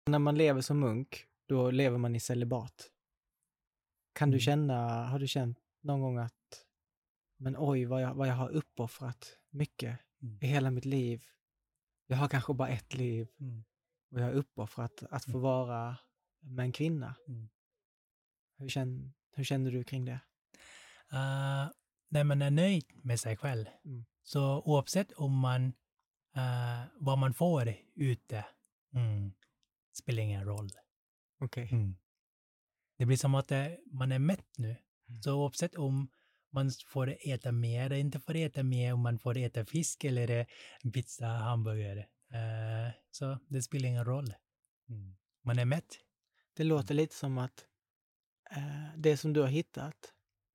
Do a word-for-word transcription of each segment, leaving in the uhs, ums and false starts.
När man lever som munk, då lever man i celibat. Kan Mm. du känna, har du känt någon gång att men oj, vad jag, vad jag har uppoffrat mycket Mm. i hela mitt liv. Jag har kanske bara ett liv Mm. och jag har uppoffrat att få vara med en kvinna. Mm. Hur, känn, hur känner du kring det? Uh, när man är nöjd med sig själv, Mm. så oavsett om man uh, vad man får ute, mm, spelar ingen roll. Okej. Mm. Det blir som att det, man är mätt nu. Mm. Så oavsett om man får äta mer eller inte får äta mer, om man får äta fisk eller en pizza, hamburgare. Uh, så det spelar ingen roll. Mm. Man är mätt. Det låter lite som att eh, det som du har hittat,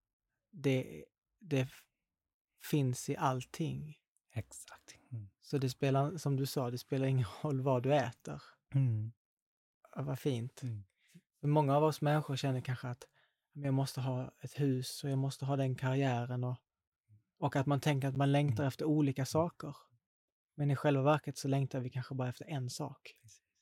det, det f- finns i allting. Exakt. Mm. Så det spelar, som du sa, det spelar ingen roll vad du äter. Mm. Ja, vad fint. Mm. För många av oss människor känner kanske att jag måste ha ett hus och jag måste ha den karriären. Och, och att man tänker att man längtar efter olika saker. Men i själva verket så längtar vi kanske bara efter en sak.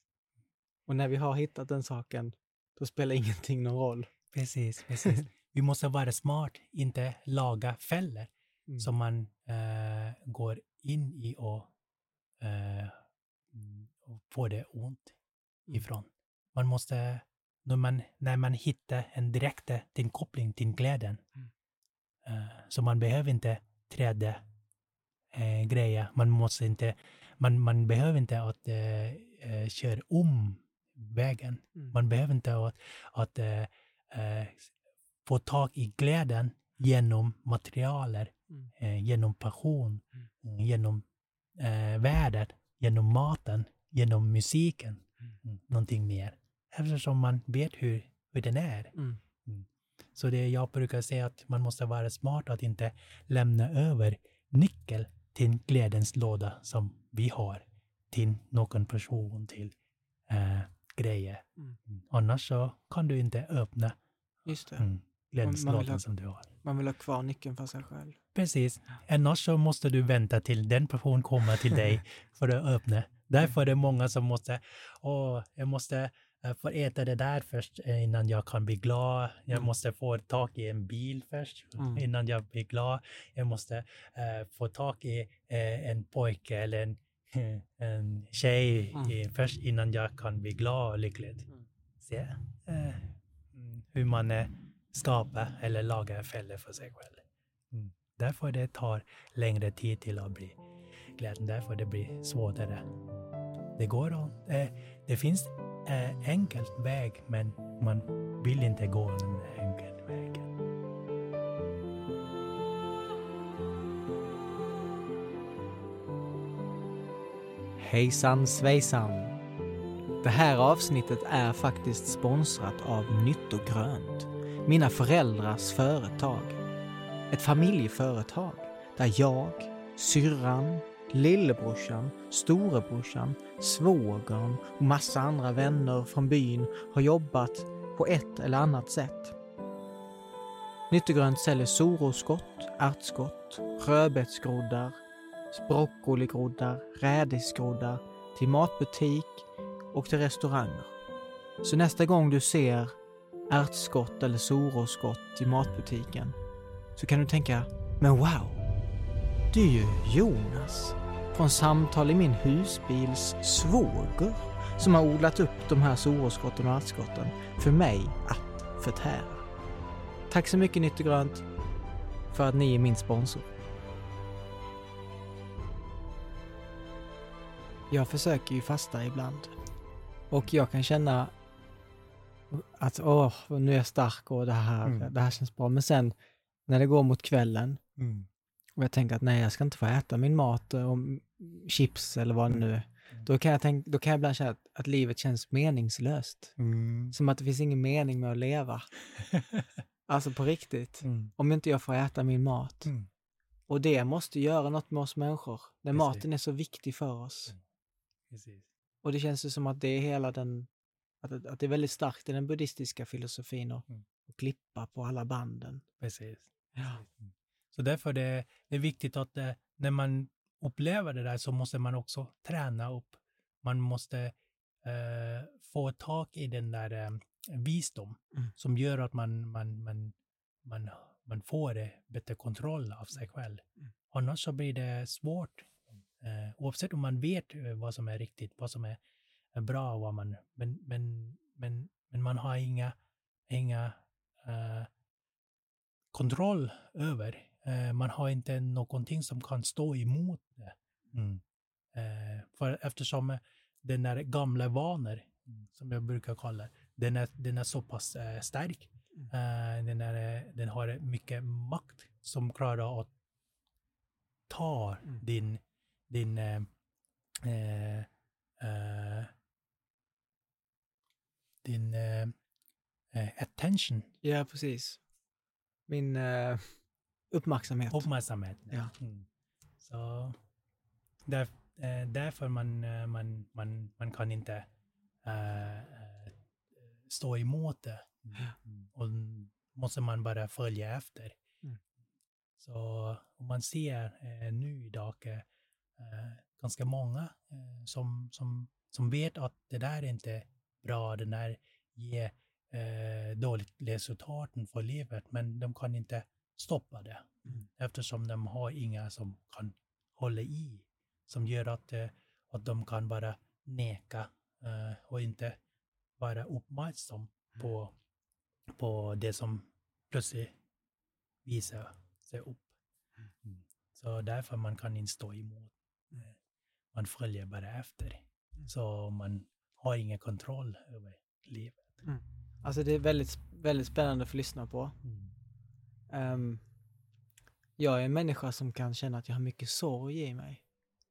Och när vi har hittat den saken, då spelar ingenting någon roll. Precis, precis. Vi måste vara smart, inte laga fällor Mm. som man äh, går in i och, äh, och får det ont ifrån. Man måste, när man, när man hittar en direkt koppling till glädjen, Mm. äh, så man behöver inte träda äh, grejer, man måste inte, man, man behöver inte att äh, äh, köra om vägen. Mm. Man behöver inte att, att äh, äh, få tag i glädjen genom materialer, Mm. äh, genom passion, Mm. äh, genom äh, världen, genom maten, genom musiken, Mm. mm. någonting mer. Eftersom man vet hur, hur den är. Mm. Mm. Så det jag brukar säga att man måste vara smart att inte lämna över nyckel till glädjens låda som vi har till någon person, till äh, grejer. Mm. Mm. Annars så kan du inte öppna Just det. mm, glädjens Man- man vill lådan ha- som du har. Man vill ha kvar nyckeln för sig själv. Precis. Annars så måste du vänta till den personen kommer till dig för att öppna. Därför är det många som måste, åh, jag måste uh, få äta det där först eh, innan jag kan bli glad. Jag Mm. måste få tag i en bil först Mm. innan jag blir glad. Jag måste uh, få tag i uh, en pojke eller en, en tjej Mm. i, först innan jag kan bli glad och lycklig. Mm. Se uh, hur man uh, skapar eller lagar fällor för sig själv. Mm. Därför det tar längre tid till att bli glädjen. Därför det blir svårare. Det går att, eh, det finns eh, enkelt väg, men man vill inte gå den enkelt vägen. Hejsan svejsan! Det här avsnittet är faktiskt sponsrat av Nyttogrönt, mina föräldrars företag. Ett familjeföretag där jag, syrran, lillebrorsan, storebrorsan, svågern och massa andra vänner från byn har jobbat på ett eller annat sätt. Nyttogrönt säljer soroskott, ärtskott, rödbetsgroddar, broccoligroddar, rädisgroddar till matbutik och till restauranger. Så nästa gång du ser ärtskott eller soroskott i matbutiken så kan du tänka, men wow, det är ju Jonas från Samtal i min husbils svåger som har odlat upp de här soroskotten och ärtskotten för mig att förtära. Tack så mycket Nyttogrönt för att ni är min sponsor. Jag försöker ju fasta ibland. Och jag kan känna att åh, nu är jag stark och det här, Mm. det här känns bra. Men sen när det går mot kvällen Mm. och jag tänker att nej, jag ska inte få äta min mat och chips eller vad det nu är. Då kan jag, tänka, då kan jag ibland känna att, att livet känns meningslöst. Mm. Som att det finns ingen mening med att leva. Alltså på riktigt. Mm. Om inte jag får äta min mat. Mm. Och det måste göra något med oss människor. När Precis. maten är så viktig för oss. Mm. Precis. Och det känns ju som att det är hela den, att, att det är väldigt starkt i den buddhistiska filosofin och, Mm. och klippa på alla banden. Precis. Ja. Mm. Så därför det, det är viktigt att eh, när man upplever det där så måste man också träna upp. Man måste uh, få tag i den där um, visdom Mm. som gör att man, man, man, man, man får det bättre kontroll av sig själv. Mm. Annars så blir det svårt. Uh, oavsett om man vet uh, vad som är riktigt, vad som är, är bra, vad man, men, men, men, men man har inga, inga uh, kontroll över. Uh, man har inte någonting som kan stå emot det. Mm. Uh, för eftersom den där gamla vanor, som jag brukar kalla, den är, den är så pass uh, stark. Uh, den, är, den har mycket makt som klarar att ta Mm. din, din uh, uh, uh, din uh, uh, attention. Ja, precis. Min uh, uppmärksamhet. Uppmärksamhet. Ja. Mm. Så där, uh, därför man, uh, man, man, man kan inte uh, stå emot det. Mm. Och måste man bara följa efter. Mm. Så om man ser uh, nu idag uh, ganska många uh, som, som, som vet att det där är inte bra, den där ger uh, dåligt resultat för livet, men de kan inte stoppa det. Mm. Eftersom de har inga som kan hålla i, som gör att, uh, att de kan bara neka uh, och inte vara uppmärksam mm. på, på det som plötsligt visar sig upp. Mm. Så därför man kan inte stå emot. Uh, man följer bara efter. Mm. Så man har ingen kontroll över livet. Mm. Alltså det är väldigt, väldigt spännande att lyssna på. Mm. Um, jag är en människa som kan känna att jag har mycket sorg i mig.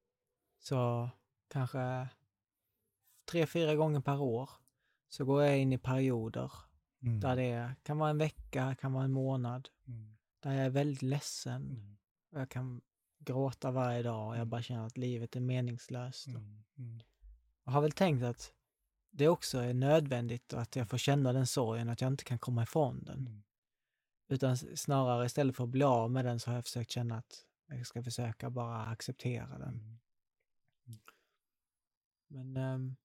Så kanske tre, fyra gånger per år så går jag in i perioder mm. där det kan vara en vecka, kan vara en månad. Mm. Där jag är väldigt ledsen. Mm. Och jag kan gråta varje dag och jag bara känner att livet är meningslöst. Mm. Mm. Jag har väl tänkt att det också är nödvändigt att jag får känna den sorgen, att jag inte kan komma ifrån den. Mm. Utan snarare istället för att bli av med den så har jag försökt känna att jag ska försöka bara acceptera den. Mm. Mm. Men, um,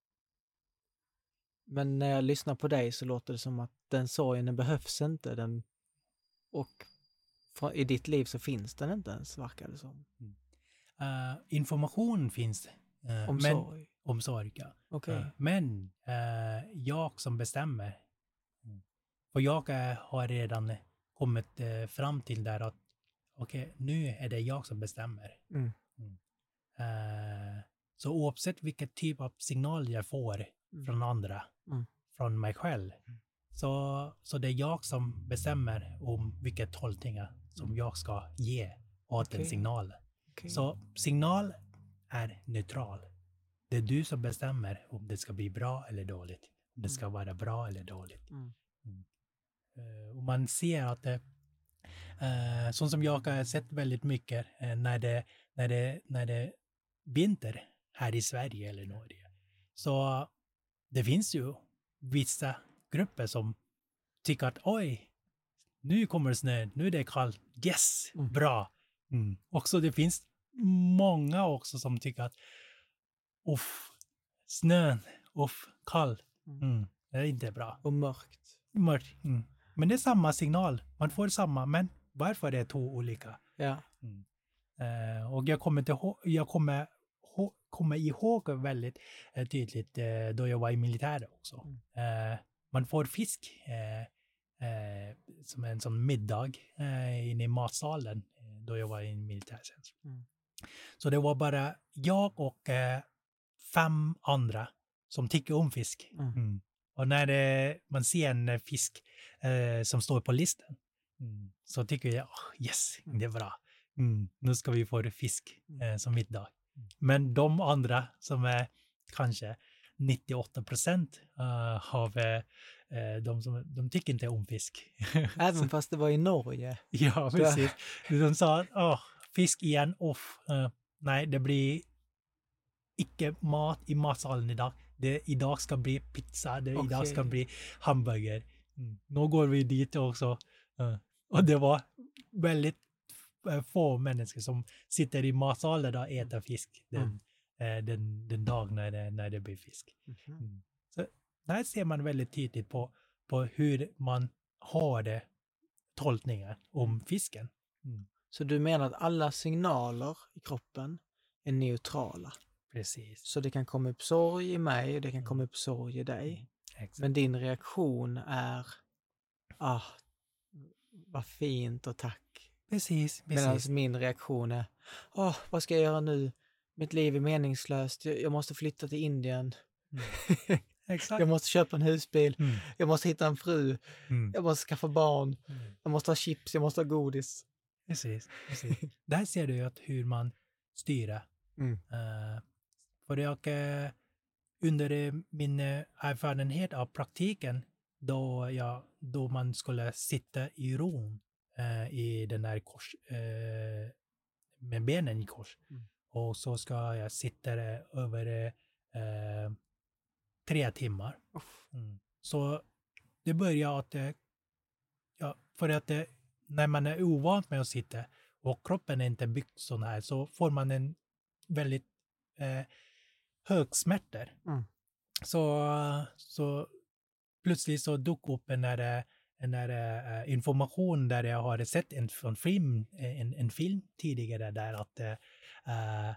men när jag lyssnar på dig så låter det som att den sorgen den behövs inte. Den, och för, i ditt liv så finns den inte ens, verkar det som. Mm. Uh, information finns. Uh, om men, sorg? Om sorg, ja. Okay. Uh, men uh, jag som bestämmer. Mm. För jag uh, har redan kommit uh, fram till där att okej, okay, nu är det jag som bestämmer. Mm. Mm. Uh, så oavsett vilken typ av signal jag får mm. från andra, mm. från mig själv, mm. så, så det är jag som bestämmer om vilka tolkningar som mm. jag ska ge åt okay. en signal. Okay. Så signal är neutral. Det är du som bestämmer om det ska bli bra eller dåligt. Om det ska mm. vara bra eller dåligt. Mm. Mm. Uh, och man ser att det Uh, sånt som jag har sett väldigt mycket uh, när det när det när det vinter här i Sverige eller Norge. Så uh, det finns ju vissa grupper som tycker att oj, nu kommer snö, nu är det kallt. Yes, mm. bra. Mm. Också det finns många också som tycker att uff, snön, uff, kall. Mm. Det är inte bra. Och mörkt. Mörkt. Mm. Men det är samma signal. Man får samma, men varför är det två olika? Ja. Mm. Uh, och jag kommer, till, jag kommer, ho, kommer ihåg väldigt uh, tydligt uh, då jag var i militären också. Mm. Uh, man får fisk uh, uh, som en sån middag uh, inne i matsalen uh, då jag var i militärtjänst. Mm. Så det var bara jag och uh, fem andra som tycker om fisk. Mm. Mm. Och när det, man ser en fisk uh, som står på listan, mm. så tycker jag, oh, yes, det är bra. Mm. Nu ska vi få fisk eh, som middag. Mm. Men de andra som är kanske nittioåtta procent uh, av uh, de som de tycker inte om fisk. Även fast det var i Norge. Ja, precis. De sa, oh, fisk igen, off. Uh, nej, det blir icke mat i matsalen idag. Det idag ska bli pizza, det okay. idag ska bli hamburger. Mm. Nu går vi dit också. Uh. Och det var väldigt uh, få människor som sitter i matsalen och äter fisk den, eh, den, den dag när det, när det blir fisk. Mhm. Mm. Så där ser man väldigt tydligt på, på hur man har det tolkningar om fisken. Mm. Så du menar att alla signaler i kroppen är neutrala? Precis. Så det kan komma upp sorg i mig och det kan Mm. komma upp sorg i dig. Mm. Exakt. Men din reaktion är, ah, vad fint och tack. Precis, Medan precis. min reaktion är, åh, vad ska jag göra nu? Mitt liv är meningslöst. Jag, jag måste flytta till Indien. Mm. Exakt. Jag måste köpa en husbil. Mm. Jag måste hitta en fru. Mm. Jag måste skaffa barn. Mm. Jag måste ha chips. Jag måste ha godis. Precis, precis. Där ser du ju att hur man styr det. Mm. Uh, för jag, uh, under uh, min uh, erfarenhet av praktiken då, jag, då man skulle sitta i ron uh, i den där kors, uh, med benen i kors. Mm. Och så ska jag sitta där över uh, tre timmar. Mm. Så det börjar att, uh, ja, för att uh, när man är ovant med att sitta och kroppen är inte byggt sån här så får man en väldigt eh, hög smärtor. Mm. Så, så plötsligt så dök upp en där, en där uh, information där jag har sett en, en, film, en, en film tidigare där att uh,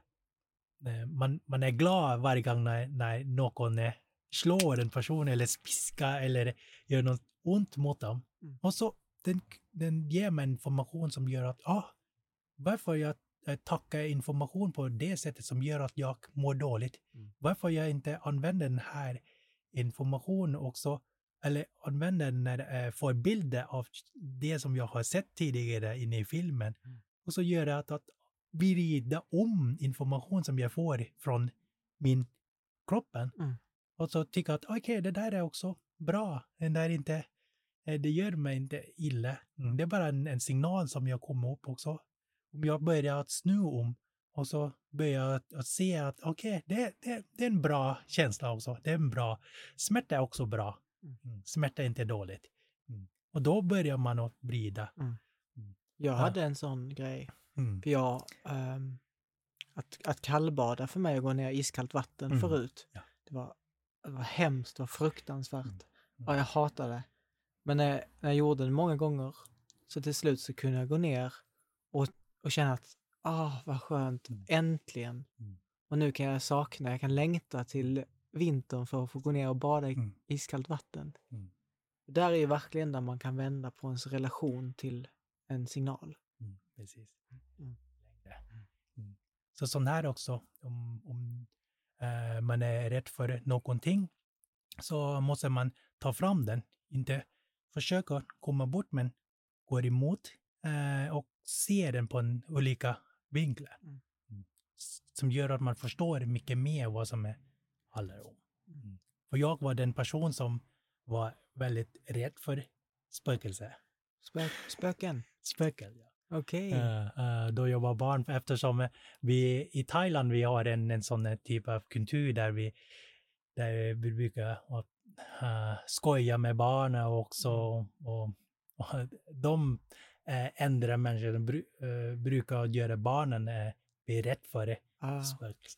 man, man är glad varje gång när, när någon uh, slår en person eller spiskar eller gör något ont mot dem. Mm. Och så den, den ger mig information som gör att ah, varför jag äh, tackar information på det sättet som gör att jag mår dåligt. Mm. Varför jag inte använder den här informationen också eller använder den när äh, får bilder av det som jag har sett tidigare inne i filmen. Mm. Och så gör det att, att vrida om information som jag får från min kroppen. Mm. Och så tycker att okej, okay, det där är också bra. Den där är inte det gör mig inte illa. Mm. Det är bara en, en signal som jag kommer upp också. Om jag börjar att snu om och så börjar jag att, att se att okej, okay, det, det, det är en bra känsla också. Det är en bra. Smärta är också bra. Mm. Smärta är inte dåligt. Mm. Och då börjar man att vrida. Mm. Mm. Jag hade ja. en sån grej. Mm. För jag, um, att, att kallbada för mig och gå ner i iskallt vatten mm. förut. Ja. Det, var, det var hemskt och fruktansvärt. Mm. Mm. Och jag hatade det. Men när, när jag gjorde det många gånger så till slut så kunde jag gå ner och, och känna att ah, vad skönt, mm. äntligen. Mm. Och nu kan jag sakna, jag kan längta till vintern för att få gå ner och bada i mm. iskallt vatten. Mm. Där är ju verkligen där man kan vända på ens relation till en signal. Mm. Precis. Mm. Mm. Så sån här också, om, om äh, man är rädd för någonting så måste man ta fram den, inte försöka komma bort men går emot eh, och ser den på en olika vinklar. Mm. Mm. Som gör att man förstår mycket mer vad som är handlar om. Mm. För jag var den person som var väldigt rädd för spökelse. Spök, spöken? Spöken, ja. Okej. Okay. Uh, uh, då jag var barn, eftersom vi i Thailand vi har en, en sån typ av kultur där vi, där vi brukar uh, skoja med barnen också. Mm. Och, och de uh, äldre människor bru, uh, brukar göra barnen uh, bli rädd för det. Ah. Spökelse.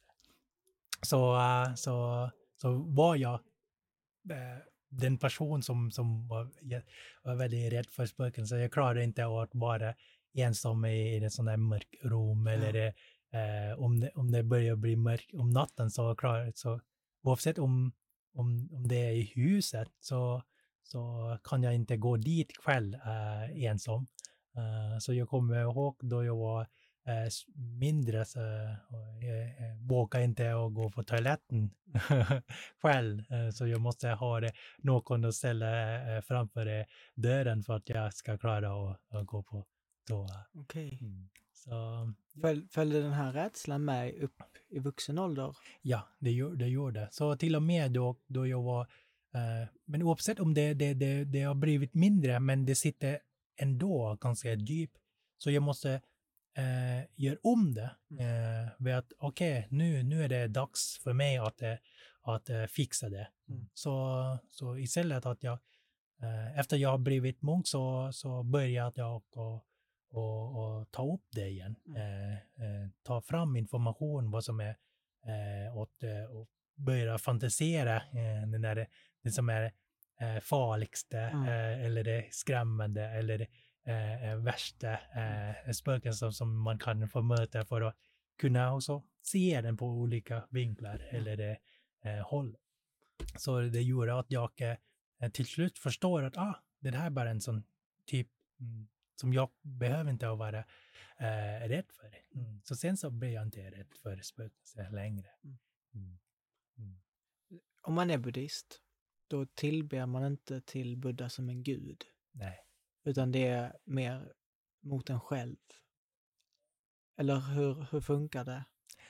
Så, uh, så, så var jag uh, den person som, som var, var väldigt rädd för spöken. Så jag klarade inte att vara ensam i, i en sån där mörk rum. Ja. Eller eh, om, det, om det börjar bli mörkt om natten så klarar jag så oavsett om, om, om det är i huset så, så kan jag inte gå dit själv eh, ensam. Uh, så jag kommer ihåg då jag var eh, mindre så och jag, jag vågade inte att gå på toaletten själv. Uh, så jag måste ha det, någon att ställa uh, framför uh, dörren för att jag ska klara att, att gå på toa. Okej. Okay. Mm. Så Föl, följde den här rädslan med upp i vuxen ålder? Ja, det, det gjorde. Så till och med då, då jag var uh, men oavsett om det, det, det, det har blivit mindre men det sitter ändå ganska djup. Så jag måste eh, göra om det. Eh, med att okej, okay, nu, nu är det dags för mig att, eh, att eh, fixa det. Mm. Så, så istället att jag, eh, efter jag har blivit munk så, så började jag och, och, och ta upp det igen. Mm. Eh, eh, ta fram information vad som är eh, åt, eh, och börjar fantisera eh, den där, det som är eh, farligste Mm. eh, eller det skrämmande eller det eh, värsta eh, spöken som, som man kan få möta för att kunna också se den på olika vinklar Mm. eller det, eh, håll. Så det gjorde att jag eh, till slut förstår att ah, det här är bara en sån typ mm, som jag behöver inte vara eh, rädd för. Mm. Så sen så blir jag inte rädd för spökelser längre. Mm. Mm. Mm. Om man är buddhist, då tillber man inte till Buddha som en gud. Nej. Utan det är mer mot en själv. Eller hur, hur funkar det?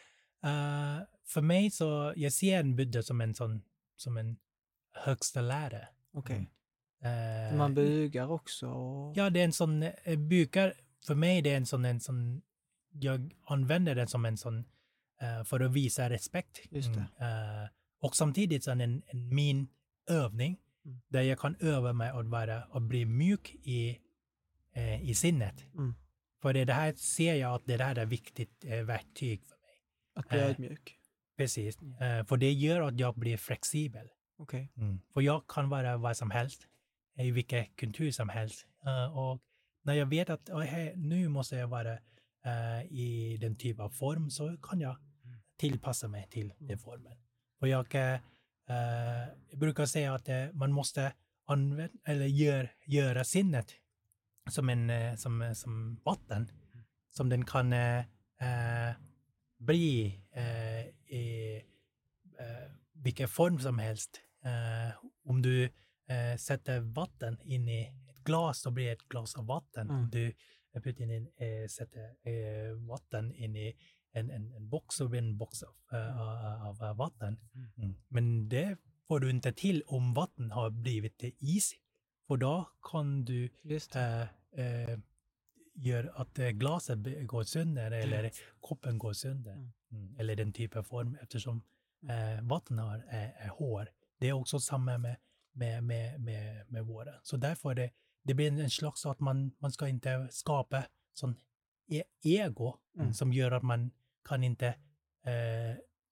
Uh, för mig så, jag ser en Buddha som en sån, som en högsta lärare. Okej. Mm. Uh, Man bugar också? Och... Ja, det är en sån, eh, bugar, för mig det är en sån, en sån, jag använder den som en sån, uh, för att visa respekt. Just det. Mm. Uh, och samtidigt så är det en, en min övning, mm. där jag kan öva mig att vara, och bli mjuk i, eh, i sinnet. Mm. För det, det här ser jag att det här är viktigt eh, verktyg för mig. Att bli ödmjuk? Eh, precis. Eh, för det gör att jag blir flexibel. Okej. Okay. Mm. För jag kan vara vad som helst, i vilken kultur som helst. Uh, och när jag vet att oh, hey, nu måste jag vara uh, i den typ av form, så kan jag tillpassa mig till den formen. Och jag, uh, jag brukar säga att uh, man måste använda, eller gör, göra sinnet som, en, uh, som, som vatten, som den kan uh, uh, bli uh, i uh, vilken form som helst. Uh, om du uh, sätter vatten in i ett glas, så blir det ett glas av vatten. Mm. Om du uh, in, uh, sätter uh, vatten in i en, en, en box, så blir det en box av, uh, av, av vatten. Mm. Men det får du inte till om vatten har blivit is. För då kan du uh, uh, göra att uh, glaset går sönder, mm. eller koppen går sönder. Mm. Mm. Eller den typen av form, eftersom uh, vatten har, är, är hår. Det är också samma med, med, med, med, med våra. Så därför är det, det blir en slags att man, man ska inte skapa sån e- ego mm. som gör att man kan inte eh,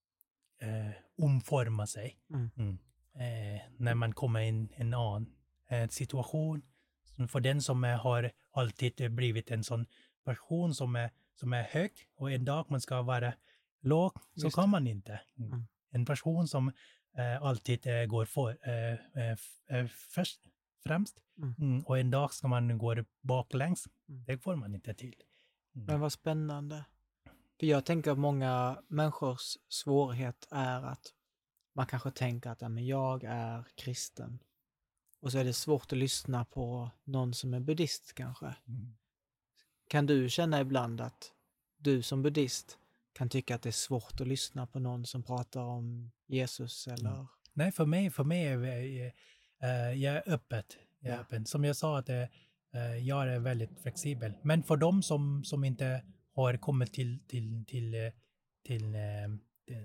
eh, omforma sig. Mm. Mm. Eh, när man kommer in i en annan eh, situation. För den som är, har alltid blivit en sån person som är, som är hög, och en dag man ska vara låg, så Just kan man inte. Mm. Mm. En person som Uh, alltid uh, går för, uh, uh, först, främst. Mm. Mm, och en dag ska man gå baklängs. Mm. Det får man inte till. Mm. Men vad spännande. För jag tänker att många människors svårighet är att man kanske tänker att ja, men jag är kristen. Och så är det svårt att lyssna på någon som är buddhist kanske. Mm. Kan du känna ibland att du som buddhist kan tycka att det är svårt att lyssna på någon som pratar om Jesus eller? Mm. Nej, för mig, för mig är jag, äh, jag är öppet. Jag är ja. öppen. Som jag sa, att äh, jag är väldigt flexibel. Men för de som, som inte har kommit till till till till, äh, till,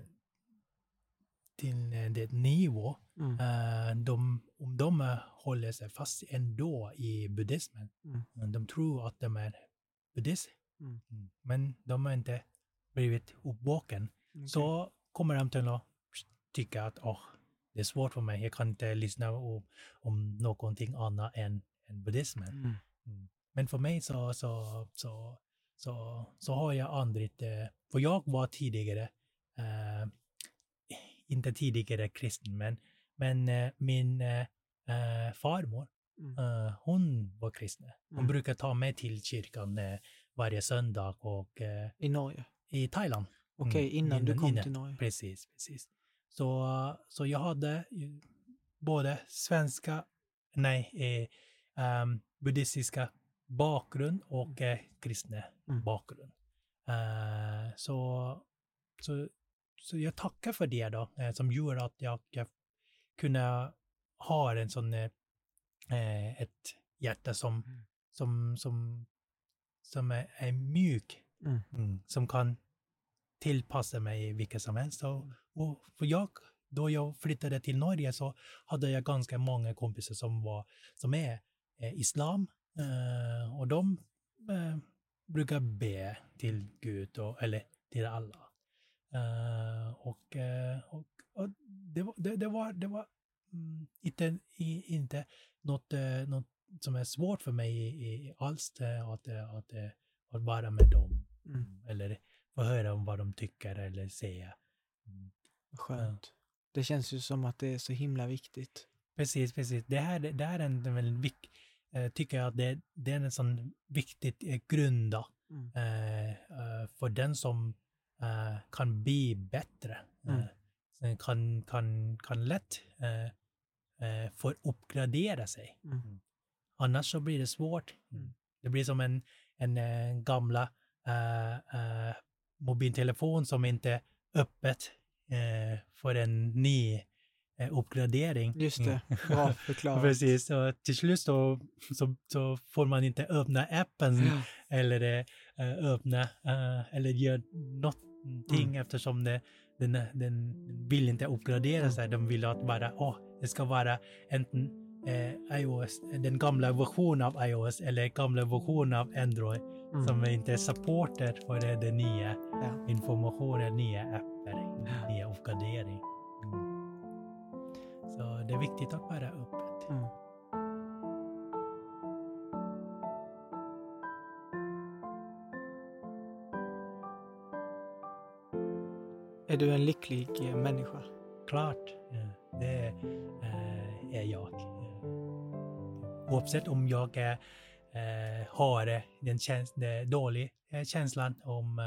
till det nivå, mm. äh, de, om de håller sig fast ändå i buddhismen, mm. de tror att de är buddhist, mm. men de har inte blivit uppvaken, okay. så kommer de till att tycka att oh, det är svårt för mig, jag kan inte lyssna om, om någonting annat än, än buddhismen. Mm. Mm. Men för mig så, så, så, så, så har jag aldrig, för jag var tidigare, äh, inte tidigare kristen, men, men äh, min äh, farmor, mm. äh, hon var kristen. Hon mm. brukar ta mig till kyrkan äh, varje söndag. Och, äh, I Norge? I Thailand. Okej, okay, innan, innan du kom innan. till Norge. Precis, precis. Så, så jag hade både svenska, nej, eh, um, buddhistiska bakgrund och eh, kristna mm. bakgrund. Uh, så, så, så jag tackar för det då, eh, som gjorde att jag, jag kunde ha en sån, eh, ett hjärta som, mm. som, som, som är, är mjuk. Mm. Mm, som kan tillpassa mig vilket som helst. Och, och för jag, då jag flyttade till Norge, så hade jag ganska många kompisar som var som är eh, islam. Eh, och de eh, brukar be till Gud och, eller till Allah. Uh, och, uh, och, och det, det, det var, det var mm, inte, i, inte något, uh, något som är svårt för mig i, i alls uh, att, uh, att, uh, att vara med dem. Mm. Eller få höra om vad de tycker eller säga. Mm. Skönt. Ja. Det känns ju som att det är så himla viktigt. Precis, precis. Det här, det här är en väldigt vik, uh, tycker jag att det, det är en sån viktigt uh, grund då, Mm. uh, uh, för den som uh, kan bli bättre. Uh, Mm. kan, kan, kan lätt uh, uh, få uppgradera sig. Mm. Mm. Annars så blir det svårt. Mm. Det blir som en, en, en gamla uh, uh, mobiltelefon som inte är öppet uh, för en ny uh, uppgradering. Just det, bra förklarat. Precis, och till slut så, så, så får man inte öppna appen Ja. eller uh, öppna uh, eller göra någonting Mm. eftersom det, den, den vill inte uppgradera Mm. sig. De vill att bara, åh, det ska vara enten eh, iOS, den gamla versionen av iOS eller gamla versionen av Android Mm. som inte är supported för det, det nya Ja. informationen, nya appar, nya uppgradering. Mm. Så det är viktigt att vara öppet. Mm. Är du en lycklig eh, människa? Klart, ja, det eh, är jag. Oavsett om jag eh, har den käns- den dåliga eh, känslan om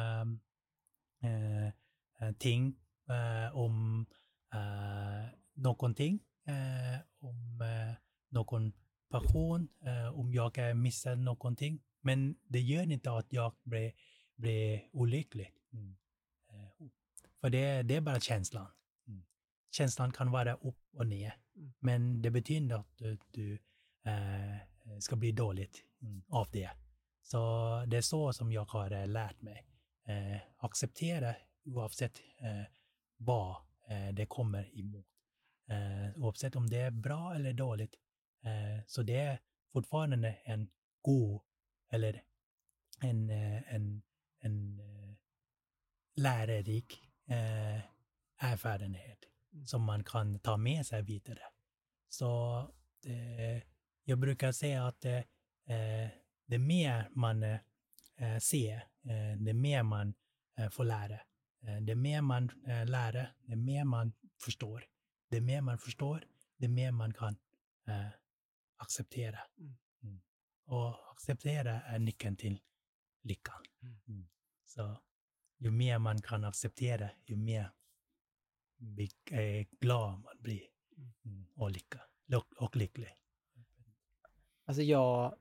eh, eh, ting, eh, om eh, någonting, eh, om eh, någon passion, eh, om jag missar någonting. Men det gör inte att jag blir, blir olycklig. Mm. Eh, för det, det är bara känslan. Mm. Känslan kan vara upp och ner. Mm. Men det betyder att du, du eh, ska bli dåligt mm, av det. Så det är så som jag har eh, lärt mig. Eh, acceptera oavsett eh, vad eh, det kommer emot. Eh, oavsett om det är bra eller dåligt. Eh, så det är fortfarande en god eller en, eh, en, en eh, lärorik eh, erfarenhet som man kan ta med sig vidare. Så eh, jag brukar säga att eh, det mer man eh, ser, eh, det mer man eh, får lära. Eh, det mer man eh, lär, det mer man förstår. Det mer man förstår, det mer man kan eh, acceptera. Mm. Mm. Och acceptera är nyckeln till lyckan. Mm. Så ju mer man kan acceptera, ju mer eh, glad man blir. Mm. Och, lycka, och, och lycklig. Alltså jag,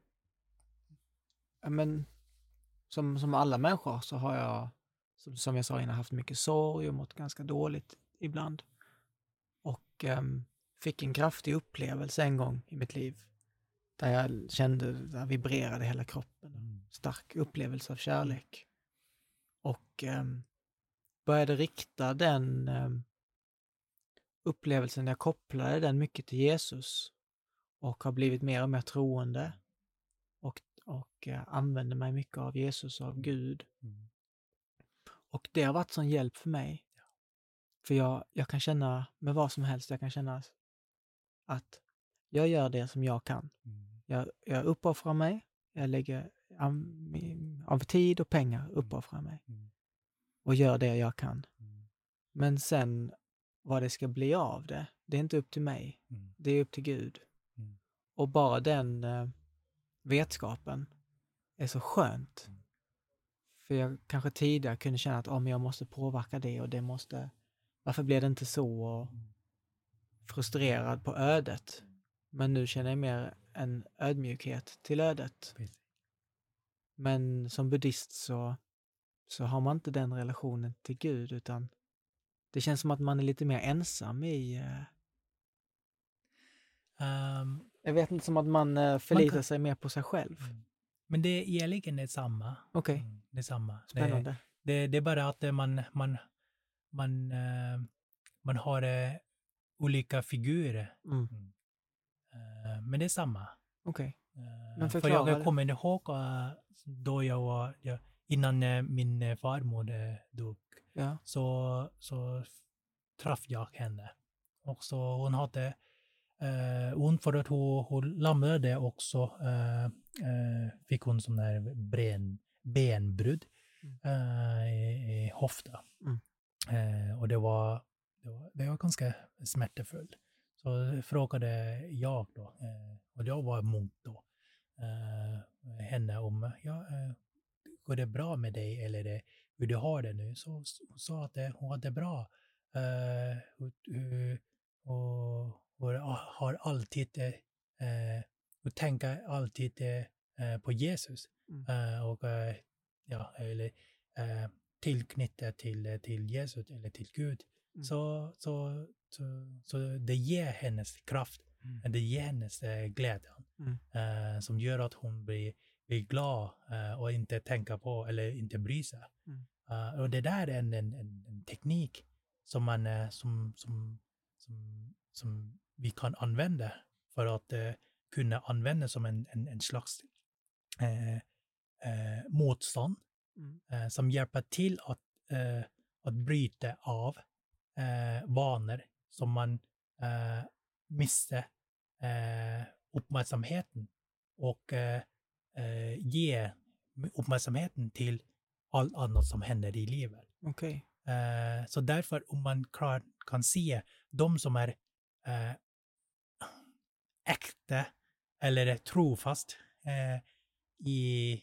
ja, men som, som alla människor så har jag, som, som jag sa innan, haft mycket sorg och mått ganska dåligt ibland. Och um, fick en kraftig upplevelse en gång i mitt liv där jag kände, där vibrerade hela kroppen. Mm. Stark upplevelse av kärlek. Och um, började rikta den um, upplevelsen, jag kopplade den mycket till Jesus och har blivit mer och mer troende och, och uh, använder mig mycket av Jesus och av Gud. Mm. Och det har varit sån hjälp för mig. Ja. För jag, jag kan känna med vad som helst, jag kan känna att jag gör det som jag kan. Mm. Jag, jag uppoffrar mig, jag lägger av, av tid och pengar uppoffrar mig. Mm. Och gör det jag kan. Mm. Men sen vad det ska bli av det, det är inte upp till mig. Mm. Det är upp till Gud. Mm. Och bara den eh, vetskapen är så skönt. Mm. För jag kanske tidigare kunde känna att oh, men jag måste påverka det och det måste... Varför blev det inte så? Och Mm. frustrerad på ödet. Men nu känner jag mer en ödmjukhet till ödet. Precis. Men som buddhist så, så har man inte den relationen till Gud, utan det känns som att man är lite mer ensam i... Uh, Um, jag vet inte, som att man uh, förlitar man kan, sig mer på sig själv. Men det är egentligen detsamma. Okej. Okay. Mm, detsamma. Spännande. Det, det, det är bara att man, man, man, uh, man har uh, olika figurer. Mm. Mm. Uh, men det är samma. Okej. Okay. Uh, Men för jag kommer ihåg uh, då jag var jag, innan eh, min eh, farmor eh, dog Ja. så, så träffade jag henne. Och så hon hade eh, hon för att hon, hon lammade också eh, eh, fick hon sån där ben, benbrud eh, i, i hofta. Mm. Eh, och det var, det var, det var ganska smärtefullt. Så frågade jag då, eh, och jag var munk då, eh, henne om, ja, eh, går det bra med dig eller det, hur du har det nu? Så hon sa att det, hon hade det bra. Eh, och, och, och har alltid, eh, och tänker alltid eh, på Jesus. Mm. Eh, och, eh, ja, eller eh, tillknyta till, till Jesus eller till Gud. Mm. Så, så, så, så det ger hennes kraft, Mm. det ger hennes eh, glädje Mm. eh, som gör att hon blir, blir glad eh, och inte tänka på eller inte bry sig. Mm. Uh, och det där är en, en, en teknik som, man, uh, som, som, som, som vi kan använda för att uh, kunna använda som en, en, en slags uh, uh, motstånd Mm. uh, som hjälper till att, uh, att bryta av uh, vanor som man uh, miste uh, uppmärksamheten och uh, uh, ge uppmärksamheten till allt annat som händer i livet. Okej. Uh, så därför om man klar, kan se de som är uh, äkta eller är trofast uh, i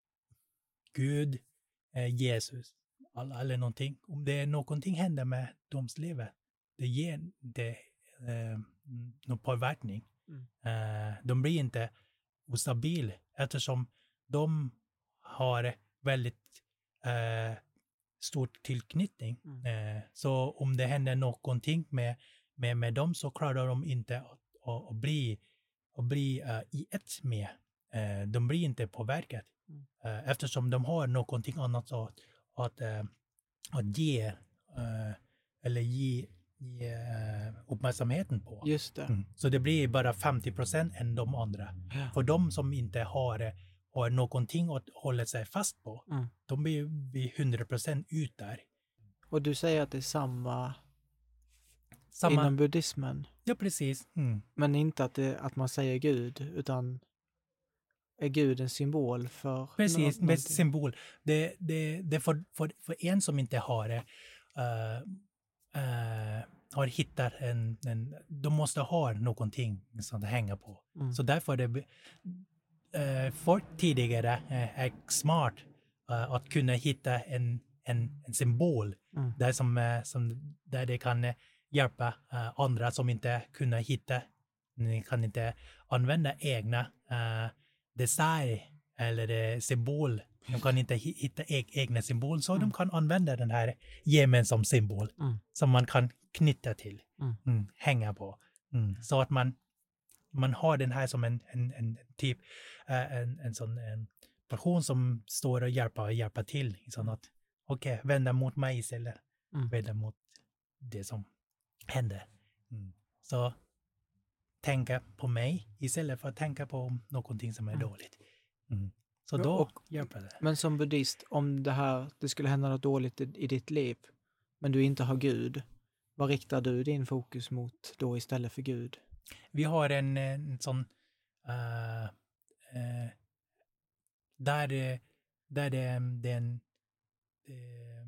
Gud, uh, Jesus alla, eller någonting. Om det är någonting händer med deras liv, det ger det uh, någon påverkning. Mm. Uh, de blir inte ostabil eftersom de har väldigt eh, stor tillknytning. Mm. Eh, så om det händer någonting med, med, med dem så klarar de inte att, att, att bli, att bli uh, i ett med. Eh, de blir inte påverkade. Mm. Eh, eftersom de har någonting annat att, att, uh, att ge uh, eller ge, ge uh, uppmärksamheten på. Just det. Mm. Så det blir bara femtio procent än de andra. Ja. För de som inte har har någonting att hålla sig fast på. Mm. De blir, blir hundra procent ut där. Och du säger att det är samma, Samma, inom buddhismen. ja, precis. Mm. Men inte att, det, att man säger Gud, utan är Gud en symbol för Precis, något, med någonting? symbol. Det, det, det för, för, för en som inte har det, uh, uh, har hittat en, en, de måste ha någonting som det hänger på. Mm. Så därför är det Uh, folk tidigare uh, är smart uh, att kunna hitta en, en, en symbol Mm. där, som, uh, som, där det kan uh, hjälpa uh, andra som inte kunna hitta, ni kan inte använda egna uh, design eller uh, symbol. De kan inte hitta e- egna symbol så Mm. de kan använda den här gemensam symbol Mm. som man kan knyta till, Mm. Mm, hänga på. Mm. Så att man man har den här som en, en, en typ, uh, en, en sån en person som står och hjälper och hjälper till. Så att, okej, okay, vända mot mig istället. Mm. Vända mot det som händer. Mm. Så tänka på mig istället för att tänka på någonting som är Mm. dåligt. Mm. Så då Och, hjälper det. men som buddhist, om det här, det skulle hända något dåligt i, i ditt liv, men du inte har Gud, vad riktar du din fokus mot då istället för Gud? Vi har en, en sån uh, uh, där, där det, den, det,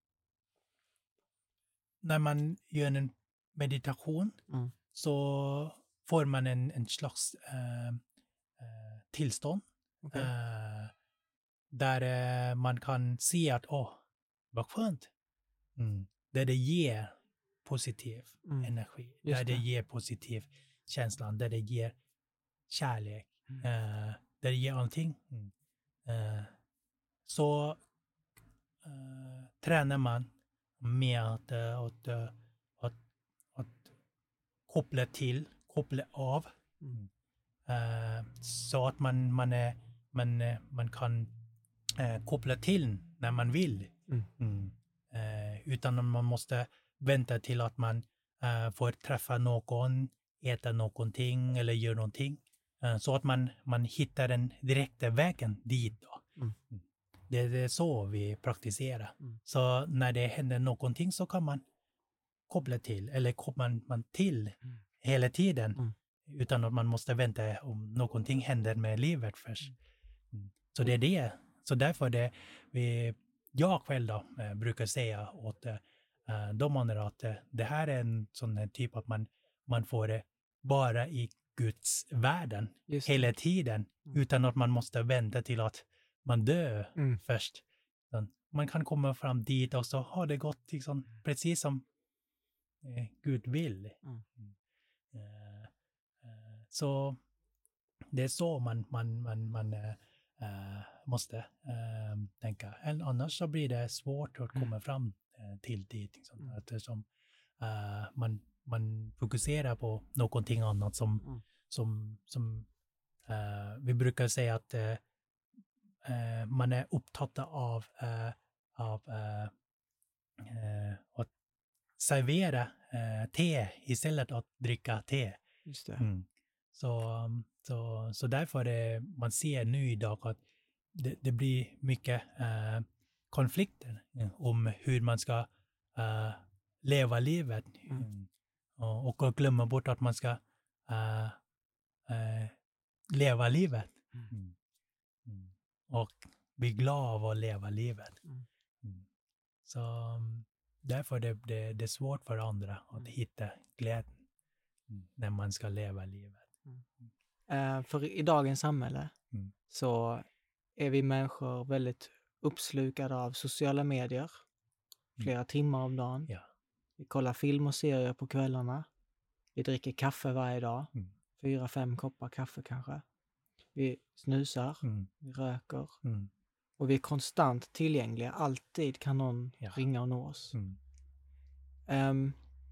när man gör en meditation Mm. så får man en, en slags uh, uh, tillstånd Okay. uh, där uh, man kan se att åh, vad skönt. Mm. Där det ger positiv Mm. energi, Just där det. det. ger positiv känslan, där det ger kärlek, Mm. uh, där det ger allting. Mm. Uh, så uh, tränar man med att, uh, att, uh, att, att koppla till, koppla av. Mm. Uh, så att man, man, är, man, man kan uh, koppla till när man vill. Mm. Mm. Uh, utan att man måste vänta till att man uh, får träffa någon, äta någonting eller göra någonting. Uh, så att man, man hittar den direkta vägen dit. Då. Mm. det, det är så vi praktiserar. Mm. Så när det händer någonting så kan man koppla till, eller kopplar man, man till Mm. hela tiden. Mm. Utan att man måste vänta om någonting händer med livet först. Mm. Så det är det. Så därför det vi, jag själv då, eh, brukar säga åt eh, de andra att eh, det här är en sån här typ att man, man får det bara i Guds världen Just hela det. tiden. Mm. Utan att man måste vänta till att man dör Mm. först. Så man kan komma fram dit och så har det gått liksom, precis som eh, Gud vill. Mm. Eh, eh, så det är så man, man, man, man eh, eh, måste eh, tänka. Än annars så blir det svårt att komma Mm. fram eh, till dit. Liksom. Mm. Eftersom eh, man, man fokuserar på någonting annat som, Mm. som, som eh, vi brukar säga att eh, eh, man är upptatt av, eh, av eh, eh, att servera eh, te istället att dricka te. Just det. Mm. Så, så, så därför är man ser nu idag att det, det blir mycket eh, konflikter eh, om hur man ska eh, leva livet. Mm. Mm. Och, och glömma bort att man ska eh, eh, leva livet. Mm. Mm. Mm. Och bli glad av att leva livet. Mm. Mm. Så därför det, det, det är svårt för andra att Mm. hitta glädjen mm. när man ska leva livet. Eh, för i dagens samhälle Mm. så är vi människor väldigt uppslukade av sociala medier. Flera timmar om dagen. Ja. Vi kollar film och serier på kvällarna. Vi dricker kaffe varje dag. Mm. Fyra, fem koppar kaffe kanske. Vi snusar. Mm. Vi röker. Mm. Och vi är konstant tillgängliga. Alltid kan någon Ja. ringa och nå oss. Mm. Um,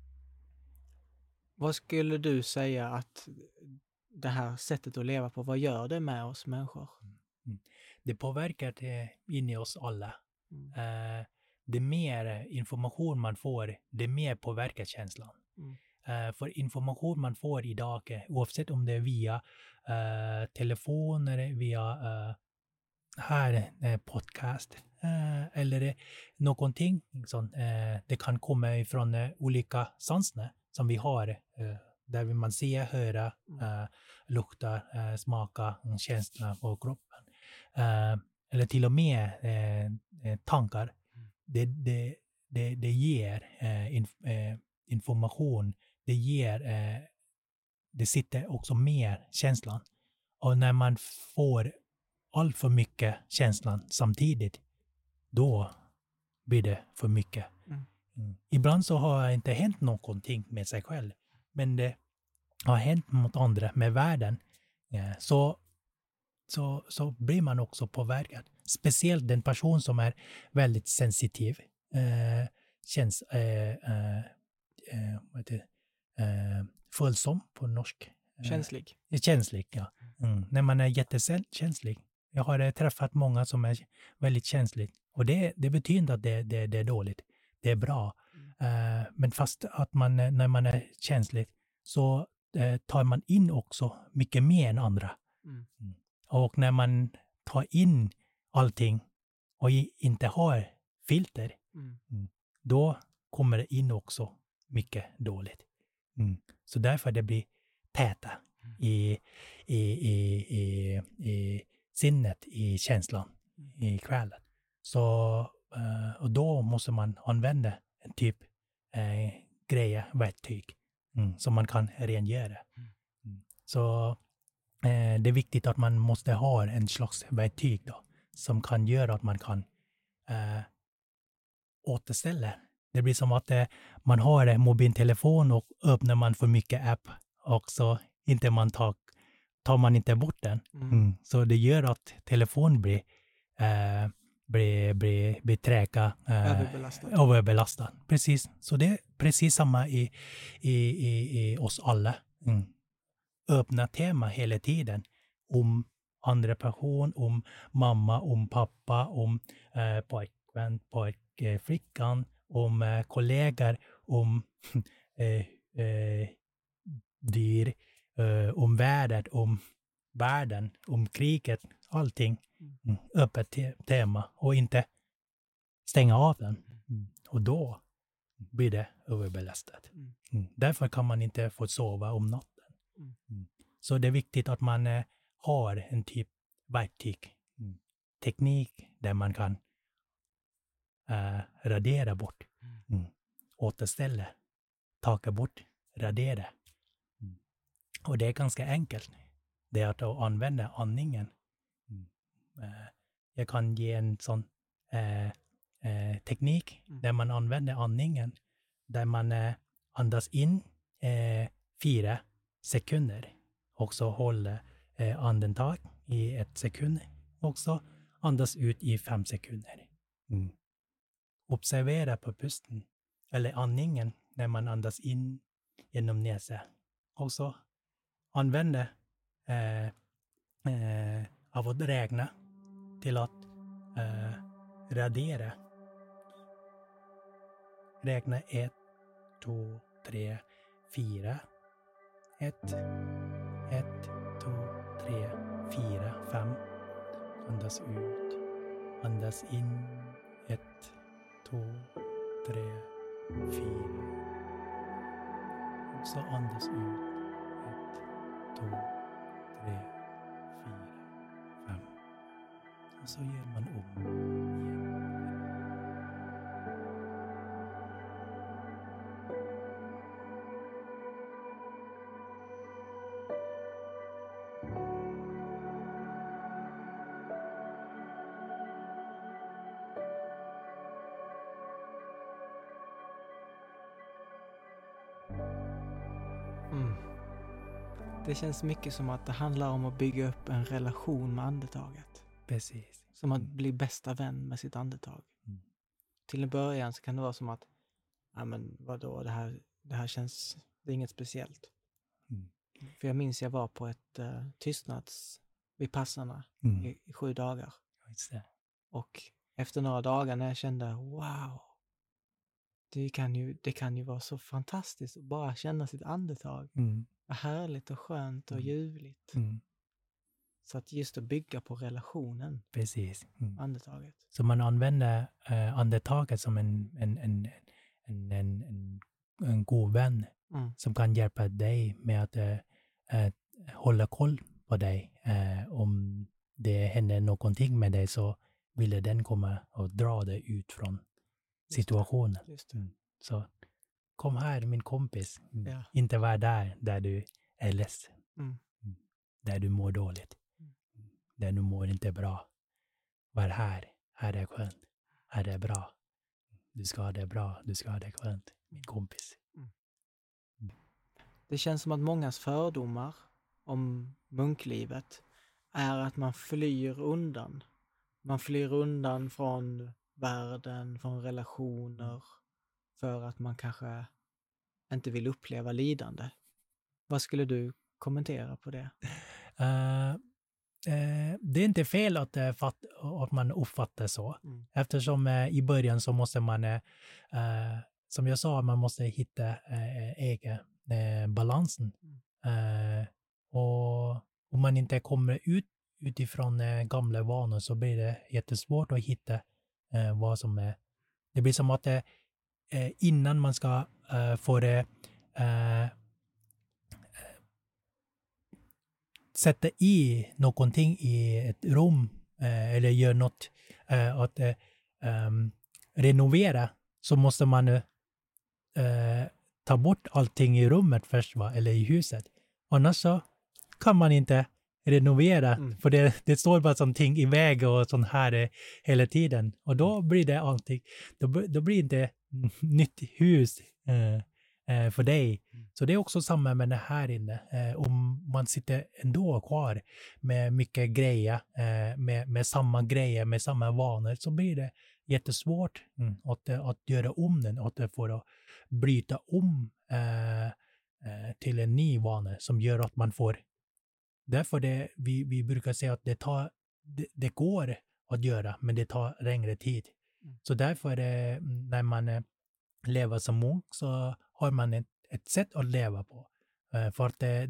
vad skulle du säga att det här sättet att leva på, vad gör det med oss människor? Mm. Det påverkar det in i oss alla. Mm. Uh, det mer information man får, det mer påverkar känslan. Mm. Uh, för information man får idag, oavsett om det är via uh, telefon eller via uh, här uh, podcast uh, eller någonting sånt. Uh, det kan komma ifrån uh, olika sanser som vi har, uh, där man ser, höra, uh, lukta, uh, smaka, känsla på kroppen. Uh, eller till och med uh, tankar. Det, det, det, det ger uh, inf, uh, information, det ger, uh, det sitter också mer känslan. Och när man får allt för mycket känslan samtidigt, då blir det för mycket. Mm. Mm. Ibland så har det inte hänt någonting med sig själv, men det har hänt mot andra, med världen. Ja, så, så, så blir man också påverkad. Speciellt den person som är väldigt sensitiv. Eh, känns eh, eh, eh, vad heter det? Eh, följsam på norsk. Eh, Känslig. Känslig, ja. Mm. När man är jättekänslig. Jag har träffat många som är väldigt känsliga. Och det, det betyder inte att det, det, det är dåligt. Det är bra. Mm. Uh, men fast att man, när man är känslig så uh, tar man in också mycket mer än andra. Mm. Mm. Och när man tar in allting och inte har filter, mm. Mm, då kommer det in också mycket dåligt. Mm. Så därför det blir täta mm. i, i, i, i, i sinnet, i känslan, mm. i själen. Så, uh, och då måste man använda en typ uh, grejer, verktyg, mm, som man kan rengöra. Mm. Så uh, det är viktigt att man måste ha en slags verktyg då, som kan göra att man kan uh, återställa. Det blir som att uh, man har en mobiltelefon och öppnar man för mycket app och så inte man tar, tar man inte bort den. Mm. Mm. Så det gör att telefonen blir uh, blir, blir, blir träka, eh, överbelastad. överbelastad. Precis. Så det är precis samma i, i, i, i oss alla. Mm. Öppna tema hela tiden om andra person, om mamma, om pappa, om eh, pojkvän, pojkflickan, om eh, kollegor, om eh, eh, dyr, eh, om världen, om världen, om kriget, allting. Mm. Öppet te- tema och inte stänga av den. Mm. Och då blir det överbelastat. Mm. Mm. Därför kan man inte få sova om natten. Mm. Mm. Så det är viktigt att man eh, har en typ verktyg, mm. teknik där man kan eh, radera bort, mm. återställa, taka bort, radera. Mm. Och det är ganska enkelt. Det är att använda andningen. Mm. Eh, jag kan ge en sån eh, eh, teknik mm. där man använder andningen, där man eh, andas in eh, fyra sekunder och så håller eh, andetag i ett sekund och så andas ut i fem sekunder. Mm. Observera på pusten eller andningen när man andas in genom näsa och så använda eh, eh, av att räkna till att eh, radera. Räkna ett, två, tre, fyra. Ett, ett, två, tre, fyra, fem. Andas ut. Andas in. Ett, två, tre, fyra. Och så andas ut. Ett, två, tre, fyra, fem. Och så gör man om igen. Mm. Det känns mycket som att det handlar om att bygga upp en relation med andetaget. Precis. Som att bli bästa vän med sitt andetag. Mm. Till en början så kan det vara som att, ja men vadå, det här, det här känns, det är inget speciellt. Mm. För jag minns jag var på ett uh, tystnads vid passarna mm. i, i sju dagar. Och efter några dagar när jag kände, wow, det kan ju, det kan ju vara så fantastiskt att bara känna sitt andetag. Mm. Vad härligt och skönt och ljuvligt. Mm. Så att just att bygga på relationen. Precis. Mm. Andetaget. Så man använder äh, andetaget som en, en, en, en, en, en, en god vän mm. som kan hjälpa dig med att äh, äh, hålla koll på dig. Äh, om det händer någonting med dig så vill den komma och dra dig ut från situationen. Just det. Just det. Mm. Så kom här min kompis. Mm. Ja. Inte vara där där du är ledsen. Mm. Mm. Där du mår dåligt. Mm. Där du mår inte bra. Var här. Här är skönt. Här är bra. Du ska ha det bra. Du ska ha det skönt. Min kompis. Mm. Mm. Det känns som att mångas fördomar om munklivet är att man flyr undan. Man flyr undan från världen, från relationer, för att man kanske inte vill uppleva lidande. Vad skulle du kommentera på det? Uh, uh, det är inte fel att, uh, fatt, att man uppfattar så. Mm. Eftersom uh, i början så måste man, uh, som jag sa, man måste hitta uh, egen uh, balansen. Mm. Uh, och om man inte kommer ut utifrån uh, gamla vanor så blir det jättesvårt att hitta uh, vad som är. Det blir som att uh, innan man ska uh, få det uh, sätta i någonting i ett rum uh, eller gör något uh, att uh, um, renovera, så måste man uh, ta bort allting i rummet först, va? Eller i huset. Annars så kan man inte renovera, mm. för det, det står bara sånt i väg och sånt här eh, hela tiden. Och då blir det allting, då, då blir det nytt hus eh, eh, för dig. Mm. Så det är också samma med det här inne. Eh, om man sitter ändå kvar med mycket grejer, eh, med, med samma grejer, med samma vanor, så blir det jättesvårt mm, att, att göra om den, att få att bryta om eh, eh, till en ny vana som gör att man får. Därför det, vi, vi brukar säga att det, tar, det, det går att göra, men det tar längre tid. Mm. Så därför är, när man eh, lever som munk så har man ett, ett sätt att leva på. Eh, för att det,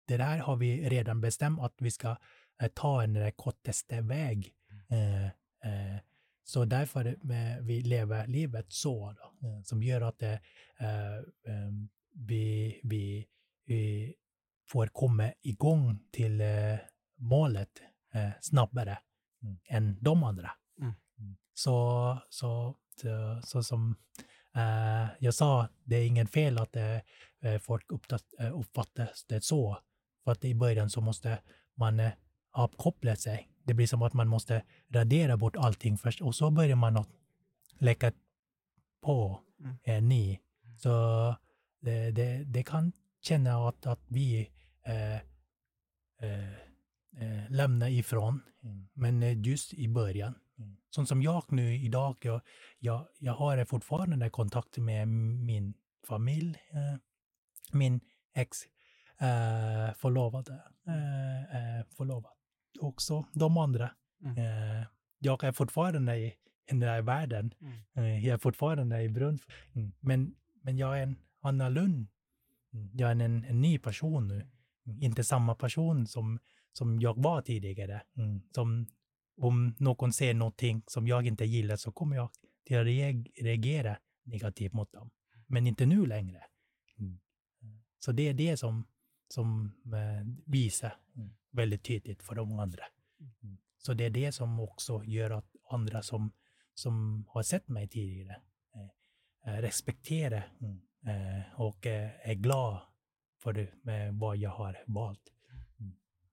det där har vi redan bestämt att vi ska eh, ta en eh, kortaste väg. Eh, eh, så därför eh, vi lever livet så då, eh, som gör att eh, eh, vi, vi, vi får komma igång till eh, målet eh, snabbare mm. än de andra. Mm. Så, så, så, så som eh, jag sa, det är ingen fel att eh, folk uppfattar det så. För att i början så måste man eh, avkoppla sig. Det blir som att man måste radera bort allting först och så börjar man att lägga på Mm. eh, ny. Så det, det, det kan känna att, att vi eh, eh, eh, lämnar ifrån. Mm. Men eh, just i början. Mm. Sånt som jag nu idag, jag, jag, jag har fortfarande kontakt med min familj, eh, min ex eh, förlovade, eh, eh, förlovad. Också de andra. Mm. Eh, jag är fortfarande i, i den här världen. Mm. Eh, jag är fortfarande i brunn. Mm. Men, men jag är en annorlunda. Jag är en, en ny person nu. Inte samma person som, som jag var tidigare. Mm. Som om någon ser någonting som jag inte gillar så kommer jag till att reagera negativt mot dem. Men inte nu längre. Mm. Så det är det som, som eh, visar mm. väldigt tydligt för de andra. Mm. Så det är det som också gör att andra som, som har sett mig tidigare eh, respekterar mm. eh, och eh, är glad för det, med vad jag har valt. Mm.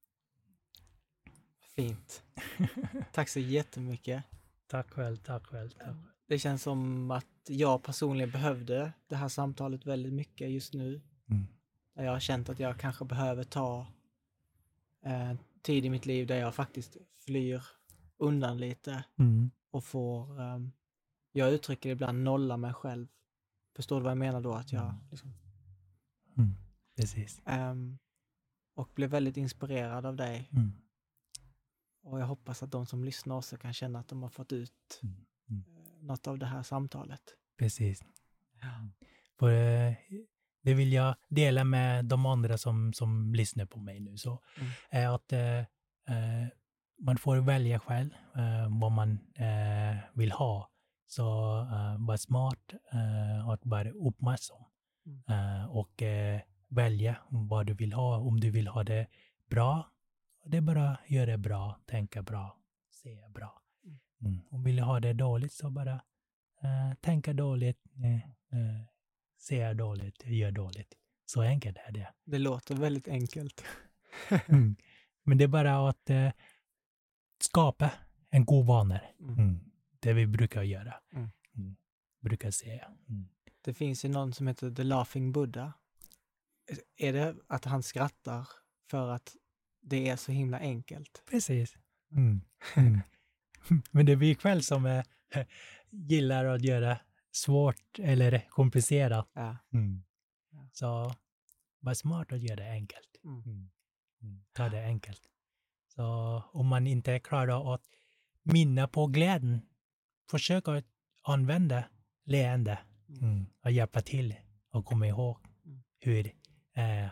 Fint. Tack så jättemycket. Tack själv, tack själv. Tack. Det känns som att jag personligen behövde det här samtalet väldigt mycket just nu. Mm. Där jag har känt att jag kanske behöver ta eh, tid i mitt liv där jag faktiskt flyr undan lite Mm. och får, eh, jag uttrycker ibland nolla mig själv. Förstår du vad jag menar då? Att jag liksom, Mm. Precis. eh, och blev väldigt inspirerad av dig. Mm. Och jag hoppas att de som lyssnar också kan känna att de har fått ut Mm. Mm. något av det här samtalet. Precis. Ja. För eh, det vill jag dela med de andra som, som lyssnar på mig nu. Så Mm. är att eh, eh, man får välja själv eh, vad man eh, vill ha. Så eh, var smart eh, att vara uppmärksam. Mm. Eh, och eh, välja vad du vill ha. Om du vill ha det bra, det är bara göra det bra, tänka bra, se bra. Mm. Om vill ha det dåligt så bara uh, tänka dåligt, uh, uh, se dåligt, gör dåligt. Så enkelt är det. Det låter väldigt enkelt. mm. Men det är bara att uh, skapa en god vanor. Mm. Mm. Det vi brukar göra. Mm. Mm. Brukar säga. Mm. Det finns ju någon som heter The Laughing Buddha. Är det att han skrattar för att det är så himla enkelt? Precis. Mm. Mm. Men det är vi själv som är, gillar att göra svårt eller komplicerat. Ja. Mm. Ja. Så var smart att göra det enkelt. Mm. Mm. Mm. Ta det enkelt. Så om man inte klarar att minna på glädjen, försök att använda leende mm. och hjälpa till och komma ihåg mm. hur eh,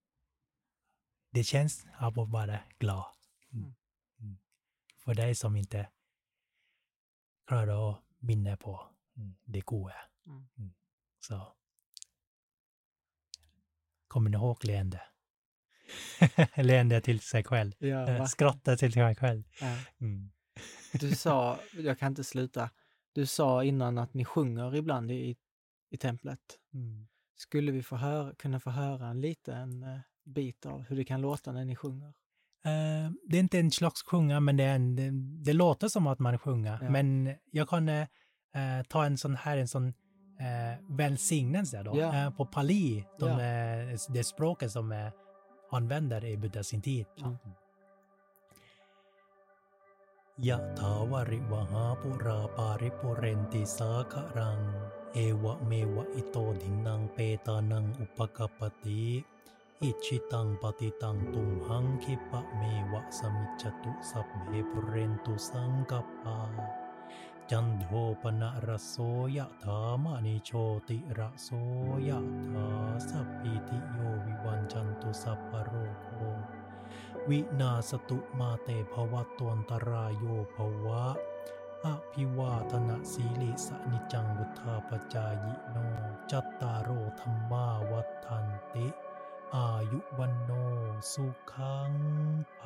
det känns att vara glad. Mm. Mm. För dig som inte klarar att minna på mm. det goda. Mm. Mm. Så kommer ni ihåg leende? Leende till sig själv. Ja, skratta till sig själv. Ja. Mm. Du sa, jag kan inte sluta, du sa innan att ni sjunger ibland i, i templet. Mm. Skulle vi få höra, kunna få höra en liten uh, bit av hur det kan låta när ni sjunger? Uh, det är inte en slags sjunga, men det, är en, det, det låter som att man sjunger. Ja. Men jag kan uh, ta en sån här, en sån uh, välsignelse då, ja. uh, på Pali, de, ja. uh, det språket som uh, använder i Buddha sin tid. Mm. Yatavari vahapura paripurenti sakarang ewa mewa ito dinang petanang upakapati ichitang patitang tumhang kipa mewa samichatu sabhe purentu sangkapa จันโทปนะระโสยะถามณิโชติระโสยะถาสัพพิติโยวิวัญชันตุสัพพะโรโควินาสตุมาเตภวัตตวันตรายโยภวะอภิวาทนาสีลิสนิจังวุธาปจายโนจัตตารโอธัมมาวัฏันติอายุวันโนสุขัง